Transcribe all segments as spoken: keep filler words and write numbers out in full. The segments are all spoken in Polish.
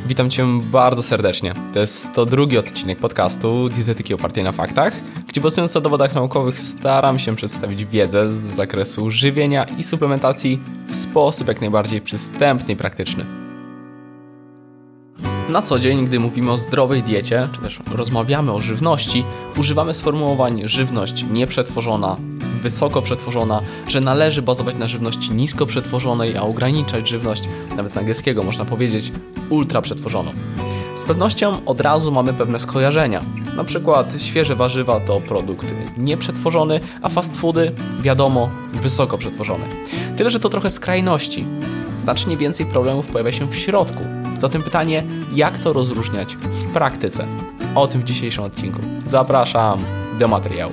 Witam Cię bardzo serdecznie. To jest sto drugi odcinek podcastu Dietetyki opartej na faktach, gdzie bazując na dowodach naukowych staram się przedstawić wiedzę z zakresu żywienia i suplementacji w sposób jak najbardziej przystępny i praktyczny. Na co dzień, gdy mówimy o zdrowej diecie, czy też rozmawiamy o żywności, używamy sformułowań żywność nieprzetworzona, wysoko przetworzona, że należy bazować na żywności nisko przetworzonej, a ograniczać żywność, nawet z angielskiego można powiedzieć, ultra przetworzoną. Z pewnością od razu mamy pewne skojarzenia. Na przykład świeże warzywa to produkt nieprzetworzony, a fast foody, wiadomo, wysoko przetworzone. Tyle, że to trochę skrajności. Znacznie więcej problemów pojawia się w środku. Zatem pytanie, jak to rozróżniać w praktyce? O tym w dzisiejszym odcinku. Zapraszam do materiału.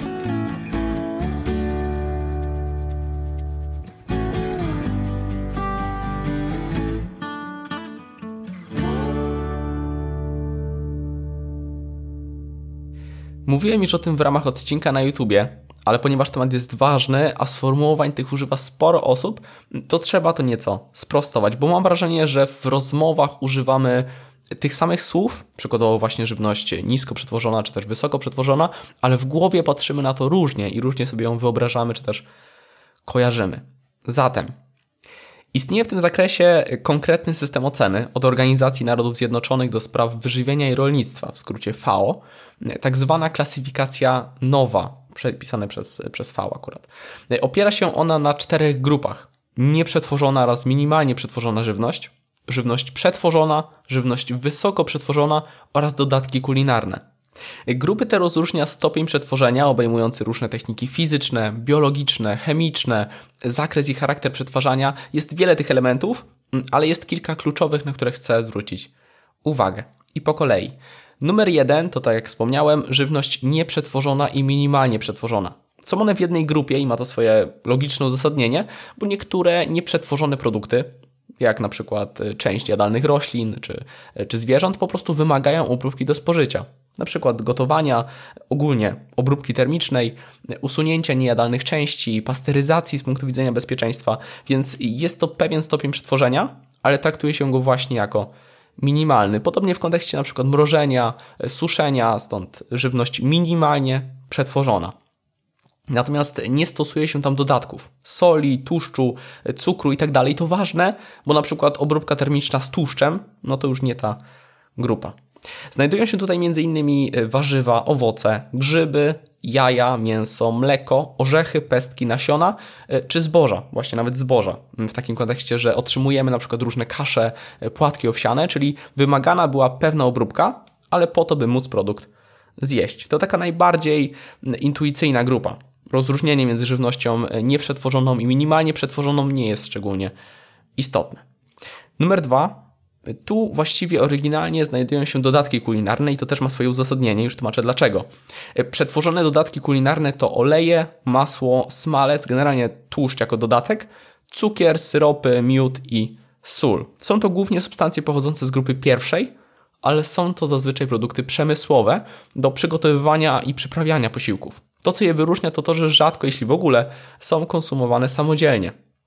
Mówiłem już o tym w ramach odcinka na YouTubie, ale ponieważ temat jest ważny, a sformułowań tych używa sporo osób, to trzeba to nieco sprostować, bo mam wrażenie, że w rozmowach używamy tych samych słów, przykładowo właśnie żywność nisko przetworzona, czy też wysoko przetworzona, ale w głowie patrzymy na to różnie i różnie sobie ją wyobrażamy, czy też kojarzymy. Zatem istnieje w tym zakresie konkretny system oceny od Organizacji Narodów Zjednoczonych do spraw wyżywienia i rolnictwa, w skrócie F A O, tak zwana klasyfikacja nowa, przepisane przez, przez V akurat. Opiera się ona na czterech grupach. Nieprzetworzona oraz minimalnie przetworzona żywność, żywność przetworzona, żywność wysoko przetworzona oraz dodatki kulinarne. Grupy te rozróżnia stopień przetworzenia obejmujący różne techniki fizyczne, biologiczne, chemiczne, zakres i charakter przetwarzania. Jest wiele tych elementów, ale jest kilka kluczowych, na które chcę zwrócić uwagę. I po kolei. Numer jeden to, tak jak wspomniałem, żywność nieprzetworzona i minimalnie przetworzona. Są one w jednej grupie i ma to swoje logiczne uzasadnienie, bo niektóre nieprzetworzone produkty, jak na przykład część jadalnych roślin czy, czy zwierząt, po prostu wymagają obróbki do spożycia. Na przykład gotowania, ogólnie obróbki termicznej, usunięcia niejadalnych części, pasteryzacji z punktu widzenia bezpieczeństwa, więc jest to pewien stopień przetworzenia, ale traktuje się go właśnie jako minimalny. Podobnie w kontekście na przykład mrożenia, suszenia, stąd żywność minimalnie przetworzona. Natomiast nie stosuje się tam dodatków, soli, tłuszczu, cukru i tak dalej. To ważne, bo na przykład obróbka termiczna z tłuszczem, no to już nie ta grupa. Znajdują się tutaj między innymi warzywa, owoce, grzyby, jaja, mięso, mleko, orzechy, pestki, nasiona czy zboża, właśnie nawet zboża. W takim kontekście, że otrzymujemy na przykład różne kasze, płatki owsiane, czyli wymagana była pewna obróbka, ale po to, by móc produkt zjeść. To taka najbardziej intuicyjna grupa. Rozróżnienie między żywnością nieprzetworzoną i minimalnie przetworzoną nie jest szczególnie istotne. Numer dwa. Tu właściwie oryginalnie znajdują się dodatki kulinarne i to też ma swoje uzasadnienie, już tłumaczę dlaczego. Przetworzone dodatki kulinarne to oleje, masło, smalec, generalnie tłuszcz jako dodatek, cukier, syropy, miód i sól. Są to głównie substancje pochodzące z grupy pierwszej, ale są to zazwyczaj produkty przemysłowe do przygotowywania i przyprawiania posiłków. To, co je wyróżnia, to to, że rzadko, jeśli w ogóle, są konsumowane samodzielnie.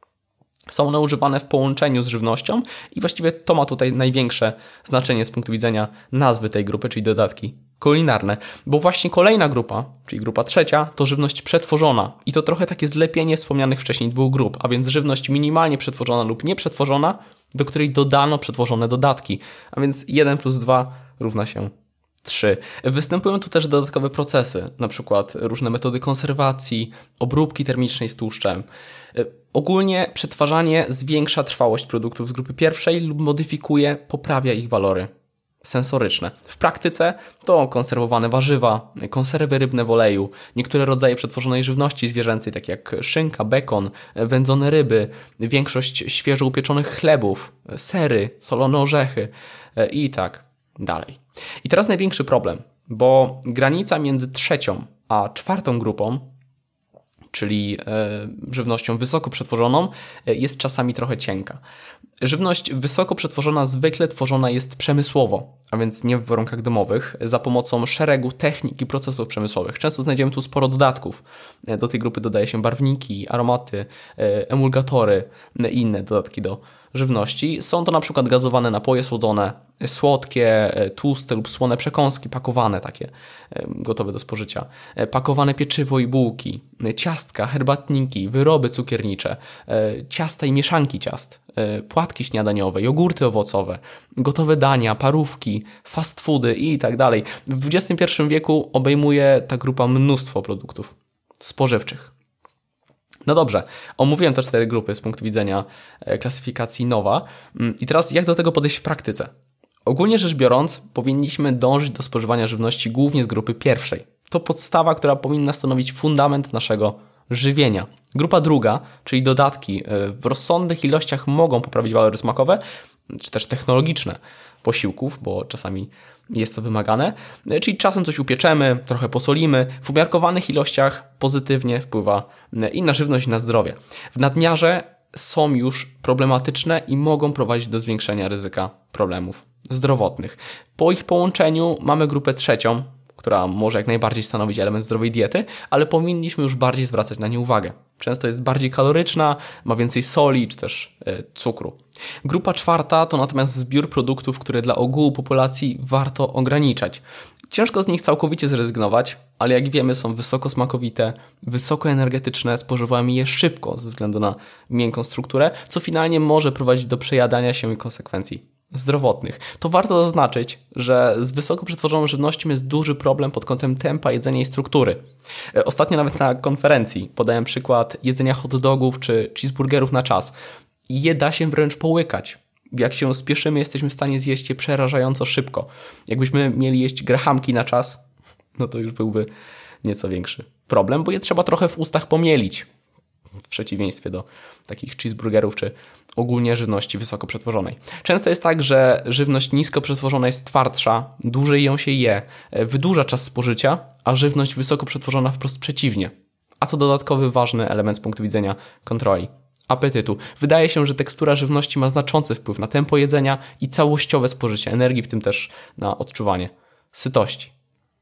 Są one używane w połączeniu z żywnością i właściwie to ma tutaj największe znaczenie z punktu widzenia nazwy tej grupy, czyli dodatki kulinarne. Bo właśnie kolejna grupa, czyli grupa trzecia, to żywność przetworzona. I to trochę takie zlepienie wspomnianych wcześniej dwóch grup, a więc żywność minimalnie przetworzona lub nieprzetworzona, do której dodano przetworzone dodatki. A więc jeden plus dwa równa się trzy. Występują tu też dodatkowe procesy, na przykład różne metody konserwacji, obróbki termicznej z tłuszczem. Ogólnie przetwarzanie zwiększa trwałość produktów z grupy pierwszej lub modyfikuje, poprawia ich walory sensoryczne. W praktyce to konserwowane warzywa, konserwy rybne w oleju, niektóre rodzaje przetworzonej żywności zwierzęcej, takie jak szynka, bekon, wędzone ryby, większość świeżo upieczonych chlebów, sery, solone orzechy i tak dalej. I teraz największy problem, bo granica między trzecią a czwartą grupą, czyli e, żywnością wysoko przetworzoną, e, jest czasami trochę cienka. Żywność wysoko przetworzona zwykle tworzona jest przemysłowo, a więc nie w warunkach domowych, za pomocą szeregu technik i procesów przemysłowych. Często znajdziemy tu sporo dodatków. Do tej grupy dodaje się barwniki, aromaty, emulgatory i inne dodatki do żywności. Są to na przykład gazowane napoje słodzone, słodkie, tłuste lub słone przekąski, pakowane takie, gotowe do spożycia, pakowane pieczywo i bułki, ciastka, herbatniki, wyroby cukiernicze, ciasta i mieszanki ciast, płatki śniadaniowe, jogurty owocowe, gotowe dania, parówki, fast foody i tak dalej. W dwudziestym pierwszym wieku obejmuje ta grupa mnóstwo produktów spożywczych. No dobrze, omówiłem te cztery grupy z punktu widzenia klasyfikacji Nowa. I teraz jak do tego podejść w praktyce? Ogólnie rzecz biorąc, powinniśmy dążyć do spożywania żywności głównie z grupy pierwszej. To podstawa, która powinna stanowić fundament naszego żywienia. Grupa druga, czyli dodatki, w rozsądnych ilościach mogą poprawić walory smakowe, czy też technologiczne posiłków, bo czasami jest to wymagane, czyli czasem coś upieczemy, trochę posolimy, w umiarkowanych ilościach pozytywnie wpływa i na żywność, i na zdrowie. W nadmiarze są już problematyczne i mogą prowadzić do zwiększenia ryzyka problemów zdrowotnych. Po ich połączeniu mamy grupę trzecią, która może jak najbardziej stanowić element zdrowej diety, ale powinniśmy już bardziej zwracać na nie uwagę. Często jest bardziej kaloryczna, ma więcej soli czy też y, cukru. Grupa czwarta to natomiast zbiór produktów, które dla ogółu populacji warto ograniczać. Ciężko z nich całkowicie zrezygnować, ale jak wiemy są wysoko smakowite, wysoko energetyczne, spożywamy je szybko ze względu na miękką strukturę, co finalnie może prowadzić do przejadania się i konsekwencji zdrowotnych. To warto zaznaczyć, że z wysoko przetworzoną żywnością jest duży problem pod kątem tempa jedzenia i struktury. Ostatnio nawet na konferencji podałem przykład jedzenia hot dogów czy cheeseburgerów na czas. Je da się wręcz połykać. Jak się spieszymy, jesteśmy w stanie zjeść je przerażająco szybko. Jakbyśmy mieli jeść grahamki na czas, no to już byłby nieco większy problem, bo je trzeba trochę w ustach pomielić. W przeciwieństwie do takich cheeseburgerów czy ogólnie żywności wysoko przetworzonej. Często jest tak, że żywność nisko przetworzona jest twardsza, dłużej ją się je, wydłuża czas spożycia, a żywność wysoko przetworzona wprost przeciwnie. A to dodatkowy ważny element z punktu widzenia kontroli apetytu. Wydaje się, że tekstura żywności ma znaczący wpływ na tempo jedzenia i całościowe spożycie energii, w tym też na odczuwanie sytości.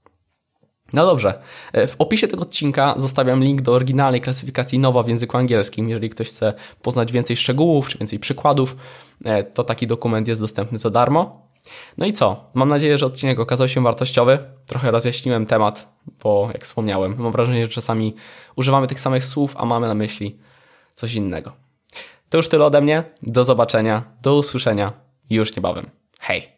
No dobrze, w opisie tego odcinka zostawiam link do oryginalnej klasyfikacji Nowa w języku angielskim. Jeżeli ktoś chce poznać więcej szczegółów czy więcej przykładów, to taki dokument jest dostępny za darmo. No i co? Mam nadzieję, że odcinek okazał się wartościowy. Trochę rozjaśniłem temat, bo jak wspomniałem, mam wrażenie, że czasami używamy tych samych słów, a mamy na myśli coś innego. To już tyle ode mnie. Do zobaczenia, do usłyszenia już niebawem. Hej!